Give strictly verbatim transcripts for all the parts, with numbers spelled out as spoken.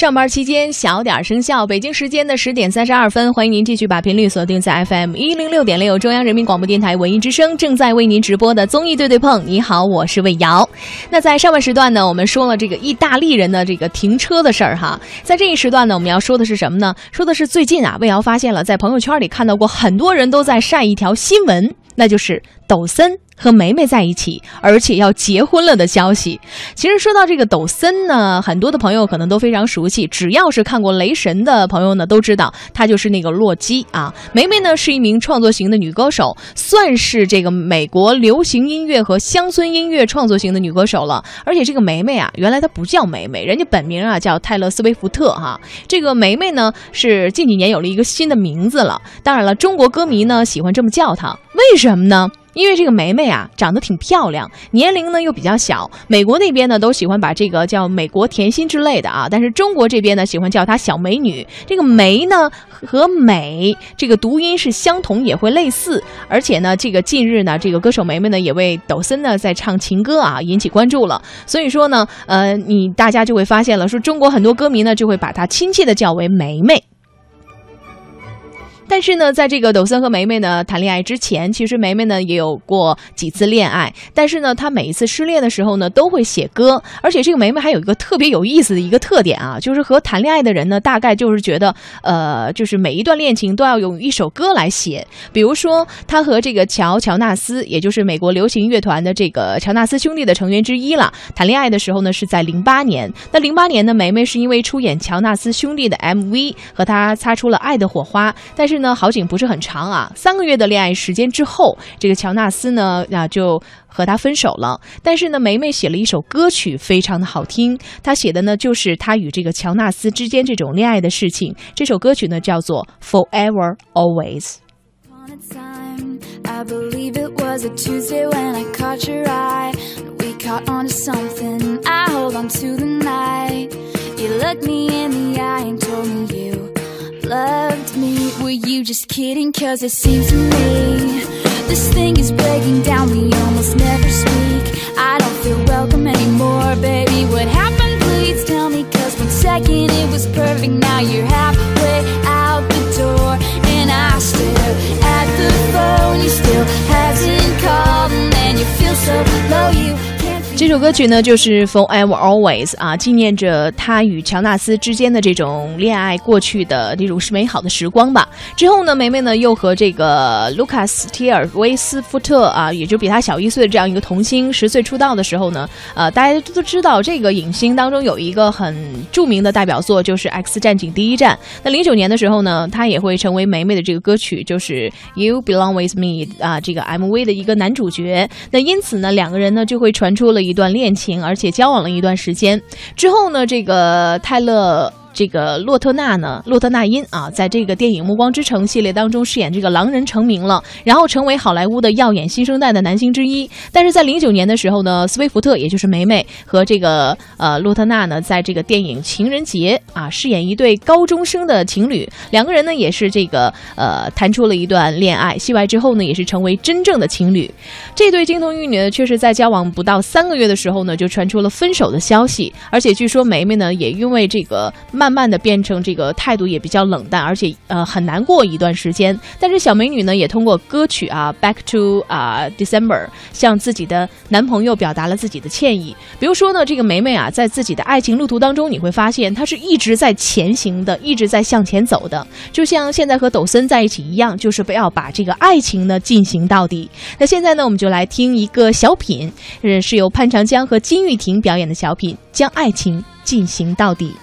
上班期间小点声效，北京时间的十点三十二分，欢迎您继续把频率锁定在 F M 一零六点六中央人民广播电台文艺之声，正在为您直播的综艺对对碰。你好，我是魏瑶。那在上半时段呢，我们说了这个意大利人的这个停车的事儿哈。在这一时段呢，我们要说的是什么呢？说的是最近啊，魏瑶发现了在朋友圈里看到过很多人都在晒一条新闻，那就是抖森和梅梅在一起，而且要结婚了的消息。其实说到这个抖森呢，很多的朋友可能都非常熟悉，只要是看过雷神的朋友呢都知道他就是那个洛基啊。梅梅呢是一名创作型的女歌手，算是这个美国流行音乐和乡村音乐创作型的女歌手了。而且这个梅梅啊，原来她不叫梅梅，人家本名啊叫泰勒·斯威夫特哈。这个梅梅呢是近几年有了一个新的名字了，当然了，中国歌迷呢喜欢这么叫她，为什么呢？因为这个梅梅啊长得挺漂亮，年龄呢又比较小，美国那边呢都喜欢把这个叫美国甜心之类的啊，但是中国这边呢喜欢叫她小美女。这个梅呢和美这个读音是相同，也会类似，而且呢这个近日呢这个歌手梅梅呢也为抖森呢在唱情歌啊引起关注了。所以说呢呃你大家就会发现了，说中国很多歌迷呢就会把她亲切的叫为梅梅。但是呢，在这个抖森和梅梅呢谈恋爱之前，其实梅梅呢也有过几次恋爱，但是呢，她每一次失恋的时候呢，都会写歌，而且这个梅梅还有一个特别有意思的一个特点啊，就是和谈恋爱的人呢，大概就是觉得，呃，就是每一段恋情都要用一首歌来写。比如说，她和这个乔乔纳斯，也就是美国流行乐团的这个乔纳斯兄弟的成员之一了，谈恋爱的时候呢是在零八年。那零八年呢，梅梅是因为出演乔纳斯兄弟的 M V 和他擦出了爱的火花，但是呢，好景不是很长啊，三个月的恋爱时间之后，这个乔纳斯呢啊就和他分手了。但是呢，梅梅写了一首歌曲，非常的好听。她写的呢就是她与这个乔纳斯之间这种恋爱的事情。这首歌曲呢叫做 Forever Always。I believe it was a Tuesday when I caught your eye. We caught on to something. I hold on to the night. You looked me in the eye and told me you loved me. Were you just kidding? Cause it seems to me this thing is breaking down. We almost never speak. I don't feel welcome anymore, baby. What happened? Please tell me. Cause one second it was perfect. Now you're halfway out the door. And I stare at the phone. You still hasn't called. And then you feel so low. You这首歌曲呢就是 Forever Always 啊，纪念着他与乔纳斯之间的这种恋爱过去的这种美好的时光吧。之后呢，梅梅呢又和这个卢卡斯提尔威斯福特啊，也就比他小一岁的这样一个童星，十岁出道的时候呢，呃，大家都知道这个影星当中有一个很著名的代表作就是《X 战警：第一战》。那零九年的时候呢，他也会成为梅梅的这个歌曲就是 You Belong With Me 啊这个 M V 的一个男主角。那因此呢，两个人呢就会传出了一段恋情，而且交往了一段时间之后呢，这个泰勒这个洛特纳呢，洛特纳因啊，在这个电影《暮光之城》系列当中饰演这个狼人成名了，然后成为好莱坞的耀眼新生代的男星之一。但是在零九年的时候呢，斯威夫特也就是梅梅和这个呃洛特纳呢，在这个电影《情人节》啊饰演一对高中生的情侣，两个人呢也是这个呃谈出了一段恋爱，戏外之后呢也是成为真正的情侣。这对金童玉女呢，却是在交往不到三个月的时候呢，就传出了分手的消息，而且据说梅梅呢也因为这个慢慢的变成这个态度也比较冷淡，而且呃很难过一段时间。但是小美女呢也通过歌曲啊 Back to 啊、uh, December 向自己的男朋友表达了自己的歉意。比如说呢，这个梅梅啊在自己的爱情路途当中，你会发现她是一直在前行的，一直在向前走的，就像现在和抖森在一起一样，就是不要把这个爱情呢进行到底。那现在呢，我们就来听一个小品，是由潘长江和金玉婷表演的小品《将爱情进行到底》。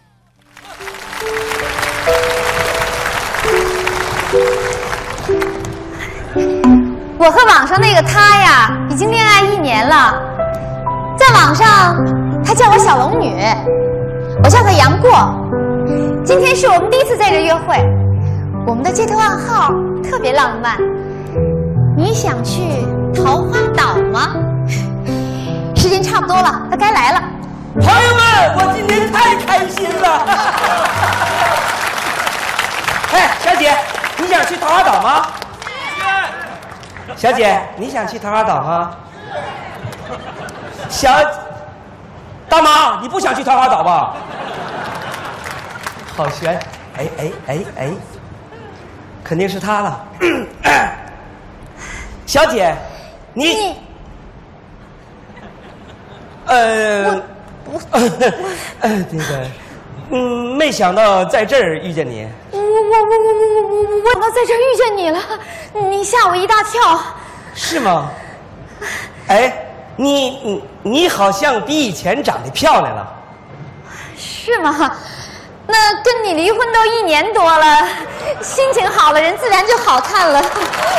我和网上那个他呀，已经恋爱一年了。在网上，他叫我小龙女，我叫他杨过。今天是我们第一次在这约会，我们的街头暗号特别浪漫。你想去桃花岛吗？时间差不多了，他该来了。 朋友们，我今天太开心了！哎，小姐，你想去桃花岛吗？小姐，你想去桃花岛吗？小大妈，你不想去桃花岛吧？ 好悬！哎哎哎哎，肯定是他了。小姐，你， 你呃，我呃，这个，嗯，没想到在这儿遇见你。 我我我我我我我我在这儿遇见你了，你吓我一大跳。 是吗？哎，你你你好像比以前长得漂亮了。 是吗？那跟你离婚都一年多了，心情好了，人自然就好看了。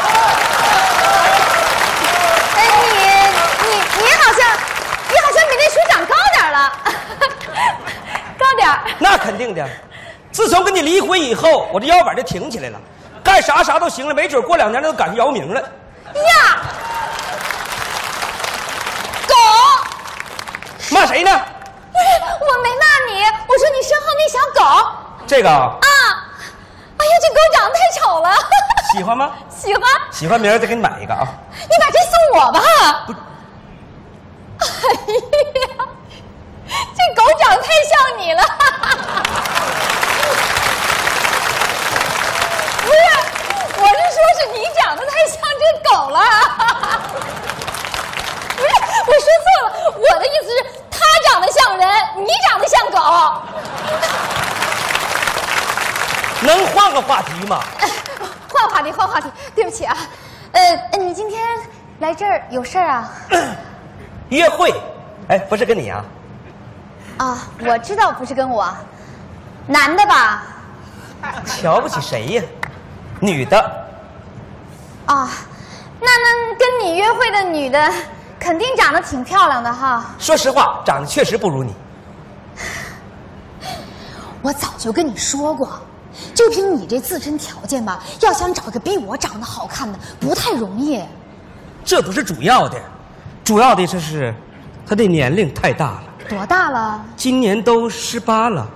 哎，你你你好像，你好像比那书长高点了，高点儿。 那肯定的，自从跟你离婚以后，我这腰板就挺起来了，干啥啥都行了，没准过两年都赶上姚明了。 呀，狗！ 骂谁呢？ 我没骂你，我说你身后那小狗。 这个啊！哎呀，这狗长得太丑了。 喜欢吗？ 喜欢。 喜欢，明儿再给你买一个啊。 你把这送我吧。 不。 哎呀，这狗长得太像你了。不是，我是说，是你长得太像这狗了。不是，我说错了，我的意思是，它长得像人，你长得像狗。 能换个话题吗？ 换话题，换话题。对不起啊，呃，你今天来这儿有事儿啊？ 约会？哎，不是跟你啊？ 啊，我知道不是跟我，男的吧？ 瞧不起谁呀？女的。 啊，那那跟你约会的女的，肯定长得挺漂亮的哈。 说实话，长得确实不如你。 我早就跟你说过，就凭你这自身条件吧，要想找个比我长得好看的，不太容易。 这不是主要的，主要的就是他的年龄太大了。 多大了？ 今年都十八了。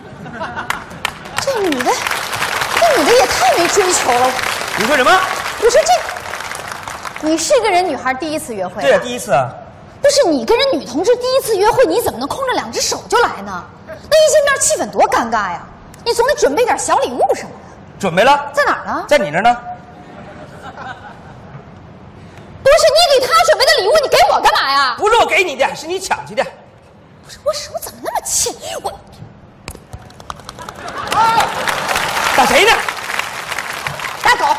这女的，这女的也太没追求了。 你说什么？ 我说这，你是跟人女孩第一次约会、啊？ 对啊，第一次啊。 不是你跟人女同志第一次约会，你怎么能空着两只手就来呢？那一见面气氛多尴尬呀！你总得准备点小礼物什么的。 准备了。 在哪儿呢？ 在你那儿呢。 不是你给他准备的礼物，你给我干嘛呀？ 不是我给你的，是你抢去的。 不是我手怎么那么欠？我打谁呢？ 打狗。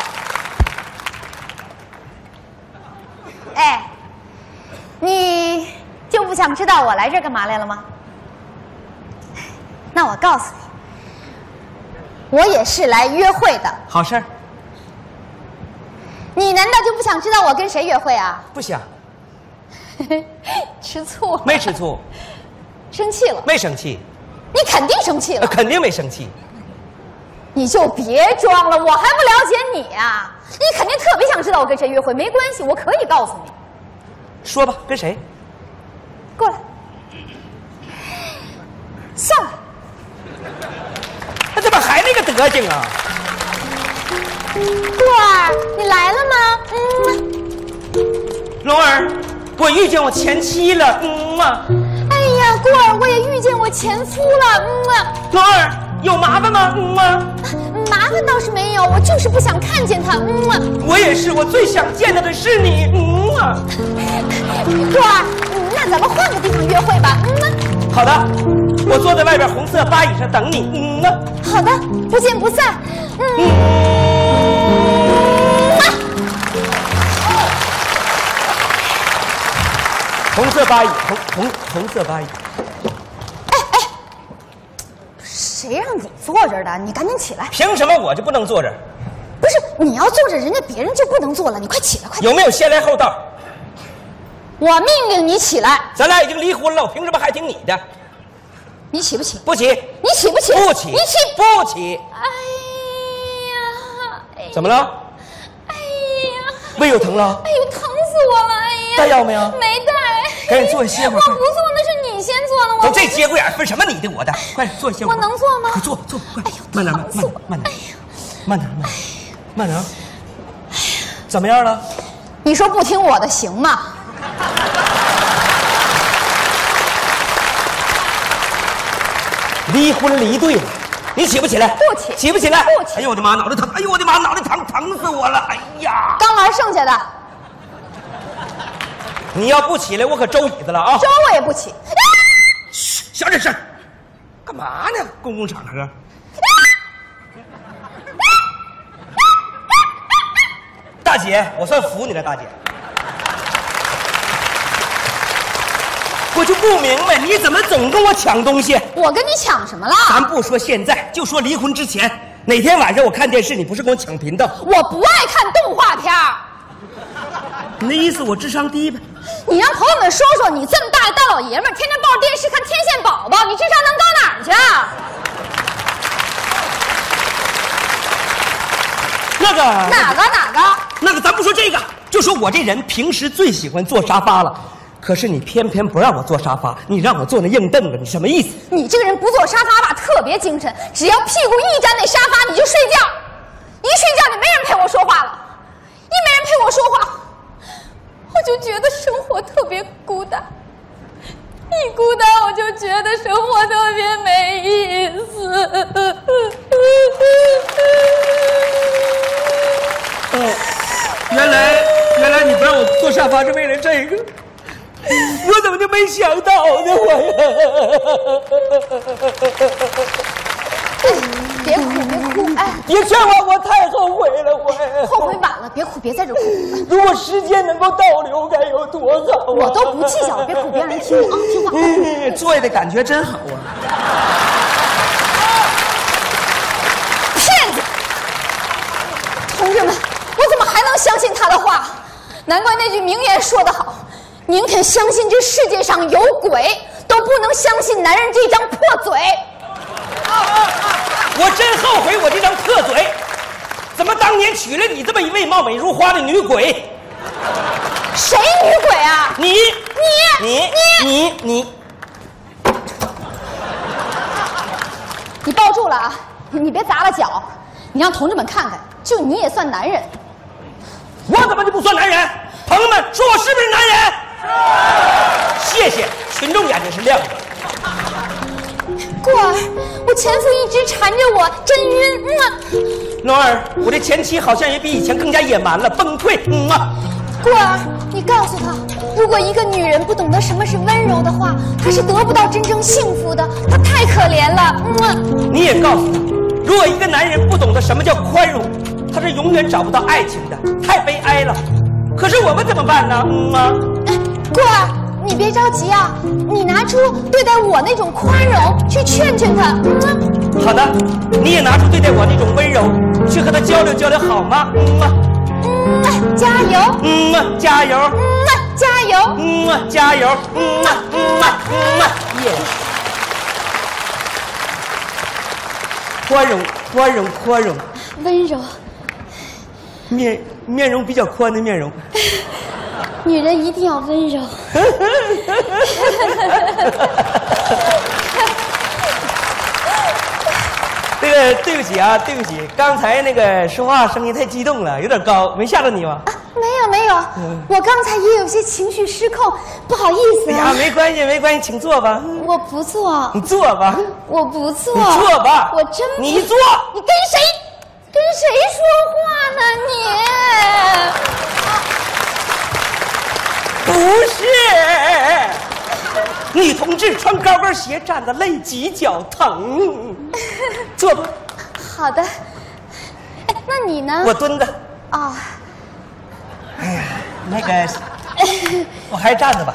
哎，你就不想知道我来这儿干嘛来了吗？那我告诉你，我也是来约会的。 好事儿。 你难道就不想知道我跟谁约会啊？ 不想。 吃醋了？ 没吃醋。 生气了？ 没生气。 你肯定生气了。 肯定没生气。 你就别装了，我还不了解你啊！你肯定特别想知道我跟谁约会，没关系，我可以告诉你。 说吧，跟谁？ 过来，上来。 他怎么还那个德行啊？ 顾儿，你来了吗？嗯。 龙儿，我遇见我前妻了。嗯嘛。 哎呀，顾儿，我也遇见我前夫了。嗯嘛。 龙儿，有麻烦吗？嗯嘛。 麻烦倒是没有，我就是不想看见他。嗯嘛。 我也是，我最想见到的是你。嗯嘛。 顾儿，那咱们换个地方约会吧。嗯嘛。 好的，我坐在外边红色巴椅上等你。嗯嘛。 好的，不见不散。嗯。啊、 红色巴椅，红红红色巴椅。 哎哎，谁让你坐这儿的？你赶紧起来！ 凭什么我就不能坐这儿？ 不是，你要坐着，人家别人就不能坐了。你快起来，快！ 有没有先来后到？ 我命令你起来！ 咱俩已经离婚了，我凭什么还听你的？ 你起不起？ 不起。 你起不起？ 不起。 你起不起。 哎呀！哎呀怎么了？ 哎呀！ 胃又疼了？ 哎呦，疼死我了！哎呀！ 带药没有？ 没带。 赶紧坐下歇会儿。 我不坐，那是你先坐的。我都这节骨眼分什么你的我的？快坐歇会儿。 我能坐吗？ 快坐坐，快！ 哎呦， 慢点， 疼死我！ 慢点， 哎呀， 慢点，慢点，慢点。怎么样了？ 你说不听我的行吗？ 离婚离对了， 你起不起来？ 不起。 起不起来？ 不起。 哎呦我的妈，脑袋疼！哎呦我的妈，脑袋疼，疼死我了！哎呀， 刚玩剩下的。 你要不起来，我可周椅子了啊！ 周我也不起。 嘘，小点声。干嘛呢？公共场合。大姐，我算服你了，大姐。我就不明白，你怎么总跟我抢东西？ 我跟你抢什么了？ 咱不说现在，就说离婚之前，哪天晚上我看电视，你不是跟我抢频道？ 我不爱看动画片儿。 你那意思我智商低呗？ 你让朋友们说说，你这么大大老爷们儿，天天抱着电视看《天线宝宝》，你智商能到哪儿去啊？ 那个哪个哪个？ 那个，咱不说这个，就说我这人平时最喜欢坐沙发了。可是你偏偏不让我坐沙发，你让我坐那硬凳子，你什么意思？ 你这个人不坐沙发吧，特别精神，只要屁股一沾那沙发，你就睡觉。一睡觉就没人陪我说话了，一没人陪我说话，我就觉得生活特别孤单。一孤单，我就觉得生活特别没意思。 哦，原来原来你不让我坐沙发是为了这个。我怎么就没想到呢？ 我呀！别哭，别哭！哎， 别劝我，我太后悔了，我后悔晚了，别哭，别在这哭。 如果时间能够倒流，该有多好啊！ 我都不计较了，别哭，别让人听见啊！听话。 嗯，坐下的感觉真好啊！ 骗子！同志们，我怎么还能相信他的话？难怪那句名言说得好。宁肯相信这世界上有鬼，都不能相信男人这张破嘴。 我真后悔我这张破嘴，怎么当年娶了你这么一位貌美如花的女鬼？ 谁女鬼啊？ 你你你你你你抱住了啊！你别砸了脚，你让同志们看看，就你也算男人。 我怎么就不算男人？朋友们，说我是不是男人？谢谢，群众眼睛是亮的。 过儿，我前夫一直缠着我，真晕。嗯， 诺儿，我的前妻好像也比以前更加野蛮了，崩溃。嗯啊， 过儿，你告诉他，如果一个女人不懂得什么是温柔的话，她是得不到真正幸福的，她太可怜了。嗯， 你也告诉他，如果一个男人不懂得什么叫宽容，他是永远找不到爱情的，太悲哀了。可是我们怎么办呢？嗯啊， 过儿，你别着急啊，你拿出对待我那种宽容去劝劝他。嗯， 好的，你也拿出对待我那种温柔去和他交流交流，好吗？嗯啊， 嗯，加油。 嗯啊，加油。 嗯，加油。 嗯啊，加油。嗯啊，嗯啊，嗯啊，耶！宽容，宽容，宽容， 温柔。 面面容比较宽的面容。 女人一定要温柔。 这个对不起啊，对不起，刚才那个说话声音太激动了，有点高，没吓着你吗？ 啊，没有没有，嗯、我刚才也有些情绪失控，不好意思、啊。 哎呀，没关系没关系，请坐吧。 我不坐。 你坐吧。 我不坐。 你坐吧。 我真不。 你坐。 你跟谁？跟谁说话呢你？不是，女同志穿高跟鞋站着累挤脚疼。坐吧。 好的。哎，那你呢？ 我蹲着。 啊、哦。 哎呀，那个，我还是站着吧。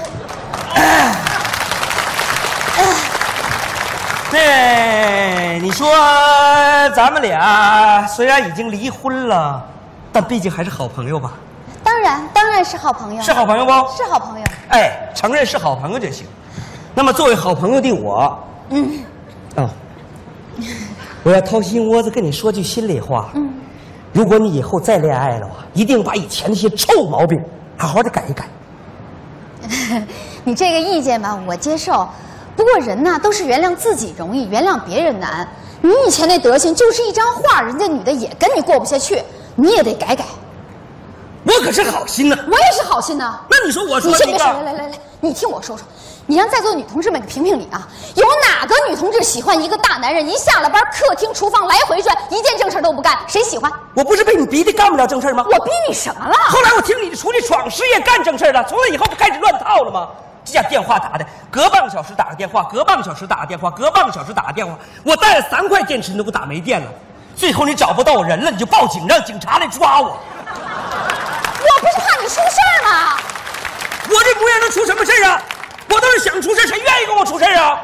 对，你说咱们俩虽然已经离婚了，但毕竟还是好朋友吧？ 当然，当然是好朋友。 是好朋友不？ 是好朋友。 哎，承认是好朋友就行。那么作为好朋友的我，嗯，啊、哦，我要掏心窝子跟你说句心里话。嗯，如果你以后再恋爱了，一定把以前那些臭毛病好好的改一改。 你这个意见吧，我接受。不过人呐，都是原谅自己容易，原谅别人难。你以前那德行就是一张画，人家女的也跟你过不下去，你也得改改。 我可是好心呐！ 我也是好心呐。 那你说我说你先别说，来来来来， 你听我说说，你让在座的女同志们给评评理啊！有哪个女同志喜欢一个大男人一下了班，客厅厨房来回转，一件正事都不干？谁喜欢？ 我不是被你逼的干不了正事吗？ 我逼你什么了？ 后来我听你的出去闯事业干正事了，从那以后就开始乱套了吗？这家电话打的，隔半个小时打个电话，隔半个小时打个电话，隔半个小时打个电话，我带了三块电池你都给我打没电了。最后你找不到我人了，你就报警，让警察来抓我。 我不是怕你出事儿吗？ 我这模样能出什么事啊？我都是想出事，谁愿意跟我出事啊？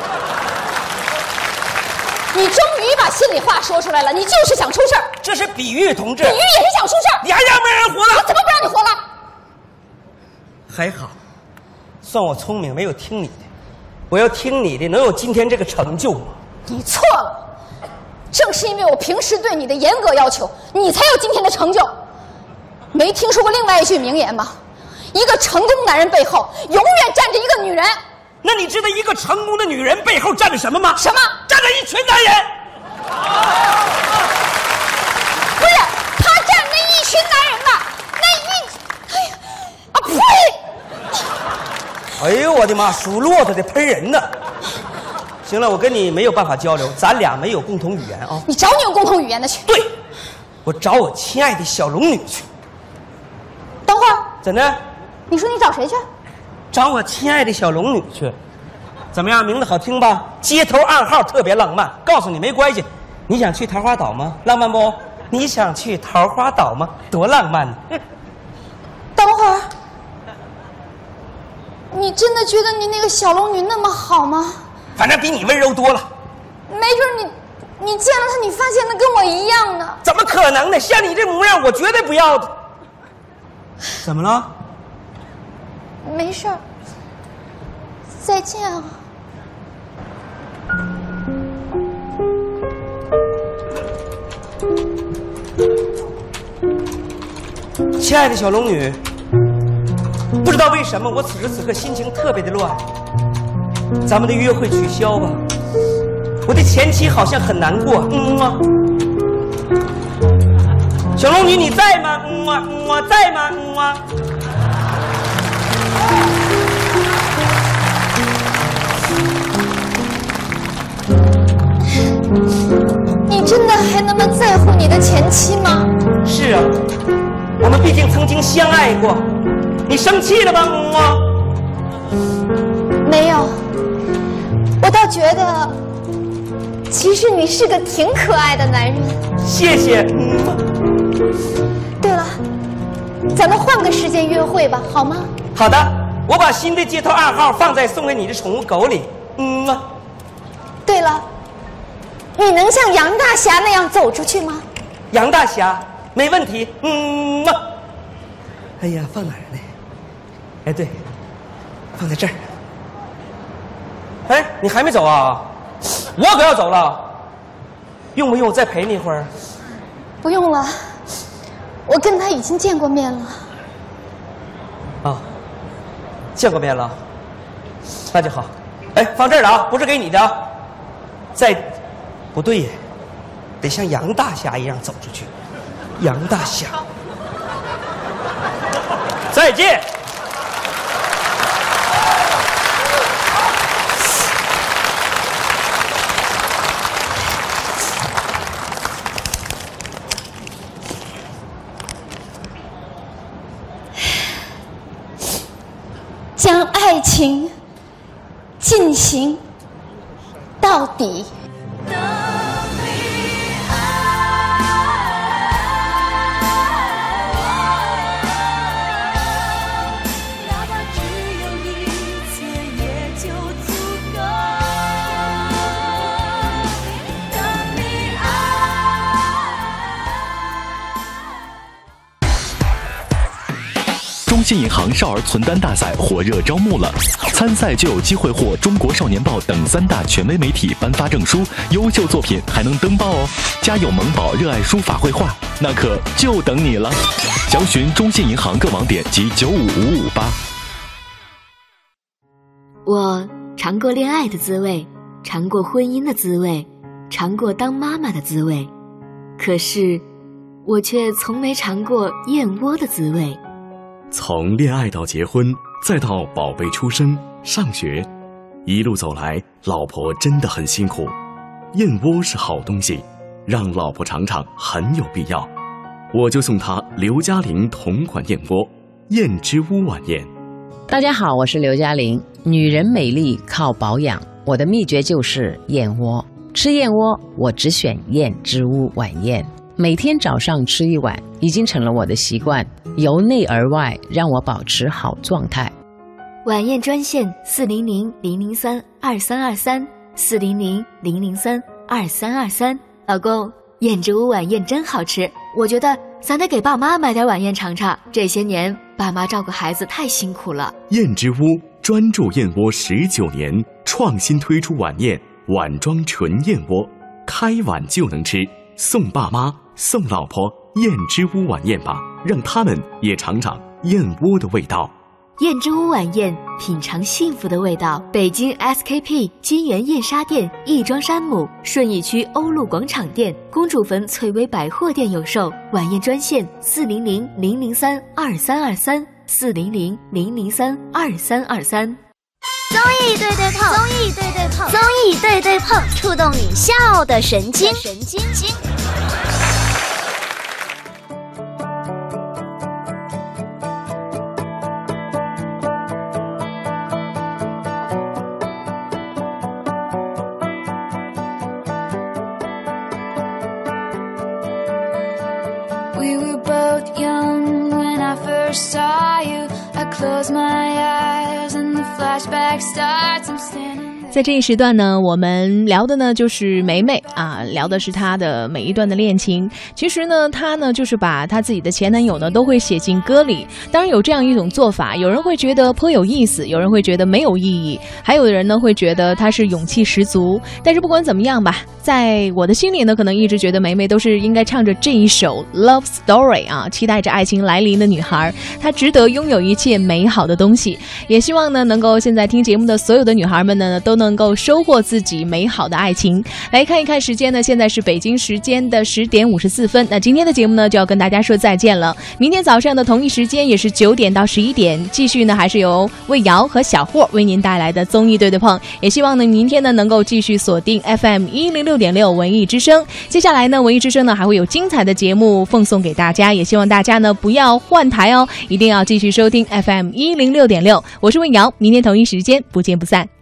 你终于把心里话说出来了，你就是想出事儿。 这是比喻，同志。 比喻也是想出事儿。 你还让不让人活了？ 我怎么不让你活了？ 还好，算我聪明，没有听你的。我要听你的，能有今天这个成就吗？ 你错了，正是因为我平时对你的严格要求，你才有今天的成就。没听说过另外一句名言吗？一个成功男人背后永远站着一个女人。 那你知道一个成功的女人背后站着什么吗？ 什么？ 站着一群男人。 不是，他站那一群男人吧？那一，哎呀，啊呸！ 哎呦我的妈，属骆驼的喷人呢。行了，我跟你没有办法交流，咱俩没有共同语言啊。 你找你有共同语言的去。 对，我找我亲爱的小龙女去。 等会儿， 怎的？ 你说你找谁去？ 找我亲爱的小龙女去。怎么样，名字好听吧？街头暗号特别浪漫。告诉你没关系，你想去桃花岛吗？浪漫不？你想去桃花岛吗？多浪漫呢！ 等会儿，你真的觉得你那个小龙女那么好吗？ 反正比你温柔多了。 没准你你见了她，你发现她跟我一样呢。 怎么可能呢？像你这模样，我绝对不要的。怎么了？ 没事儿，再见啊。 亲爱的小龙女，不知道为什么我此时此刻心情特别的乱。咱们的约会取消吧，我的前妻好像很难过。嗯啊，小龙女你在吗？嗯啊，嗯啊，在吗？嗯啊。 你真的还那么在乎你的前妻吗？ 是啊，我们毕竟曾经相爱过。你生气了吗？嗯啊。 没有，我倒觉得，其实你是个挺可爱的男人。 谢谢。嗯。 对了，咱们换个时间约会吧，好吗？ 好的，我把新的街头暗号放在送给你的宠物狗里。嗯啊。对了， 你能像杨大侠那样走出去吗？ 杨大侠，没问题。嗯啊。哎呀，放哪儿呢？哎，对，放在这儿。哎，你还没走啊？我可要走了。用不用我再陪你一会儿？ 不用了，我跟他已经见过面了。 啊，见过面了，那就好。哎，放这儿了啊，不是给你的啊。再，不对呀，得像杨大侠一样走出去。杨大侠，再见。 将爱情进行到底。 中信银行少儿存单大赛火热招募了，参赛就有机会获《中国少年报》等三大权威媒体颁发证书，优秀作品还能登报哦。家有萌宝热爱书法绘画，那可就等你了。详询中信银行各网点及九五五五八。 我尝过恋爱的滋味，尝过婚姻的滋味，尝过当妈妈的滋味，可是我却从没尝过燕窝的滋味。 从恋爱到结婚， 再到宝贝出生、上学，一路走来，老婆真的很辛苦。燕窝是好东西，让老婆尝尝很有必要。我就送她刘嘉玲同款燕窝燕之屋晚宴。 大家好，我是刘嘉玲。女人美丽靠保养，我的秘诀就是燕窝。吃燕窝，我只选燕之屋晚宴，每天早上吃一碗，已经成了我的习惯，由内而外让我保持好状态。 晚宴专线四零零零零三二三二三四零零零零三二三二三。老公，燕之屋晚宴真好吃，我觉得咱得给爸妈买点晚宴尝尝。这些年爸妈照顾孩子太辛苦了。 燕之屋专注燕窝十九年，创新推出晚宴碗装纯燕窝，开碗就能吃，送爸妈送老婆燕之屋晚宴吧，让他们也尝尝燕窝的味道。 燕之屋晚宴，品尝幸福的味道。北京 S K P 金源燕莎店、亦庄山姆、顺义区欧陆广场店、公主坟翠微百货店有售。晚宴专线四零零零零三二三二三四零零零零三二三二三。 综艺对对碰，综艺对对碰，综艺对对碰，触动你笑的神经，神经经。 We were both young when I first saw you. I close my eyes and the flashback starts. I'm standing. 在这一时段呢，我们聊的呢就是梅梅啊，聊的是她的每一段的恋情。其实呢，她呢就是把她自己的前男友呢都会写进歌里。当然有这样一种做法，有人会觉得颇有意思，有人会觉得没有意义，还有的人呢会觉得她是勇气十足。但是不管怎么样吧，在我的心里呢，可能一直觉得梅梅都是应该唱着这一首 Love Story 啊，期待着爱情来临的女孩，她值得拥有一切美好的东西。也希望呢，能够现在听节目的所有的女孩们呢，都能够收获自己美好的爱情。来看一看时间呢，现在是北京时间的十点五十四分。那今天的节目呢，就要跟大家说再见了。明天早上的同一时间也是九点到十一点，继续呢还是由魏瑶和小霍为您带来的综艺对对碰。也希望呢明天呢能够继续锁定 F M 一零六点六文艺之声。接下来呢，文艺之声呢还会有精彩的节目奉送给大家，也希望大家呢不要换台哦，一定要继续收听 F M 一零六点六。我是魏瑶，明天同一时间不见不散。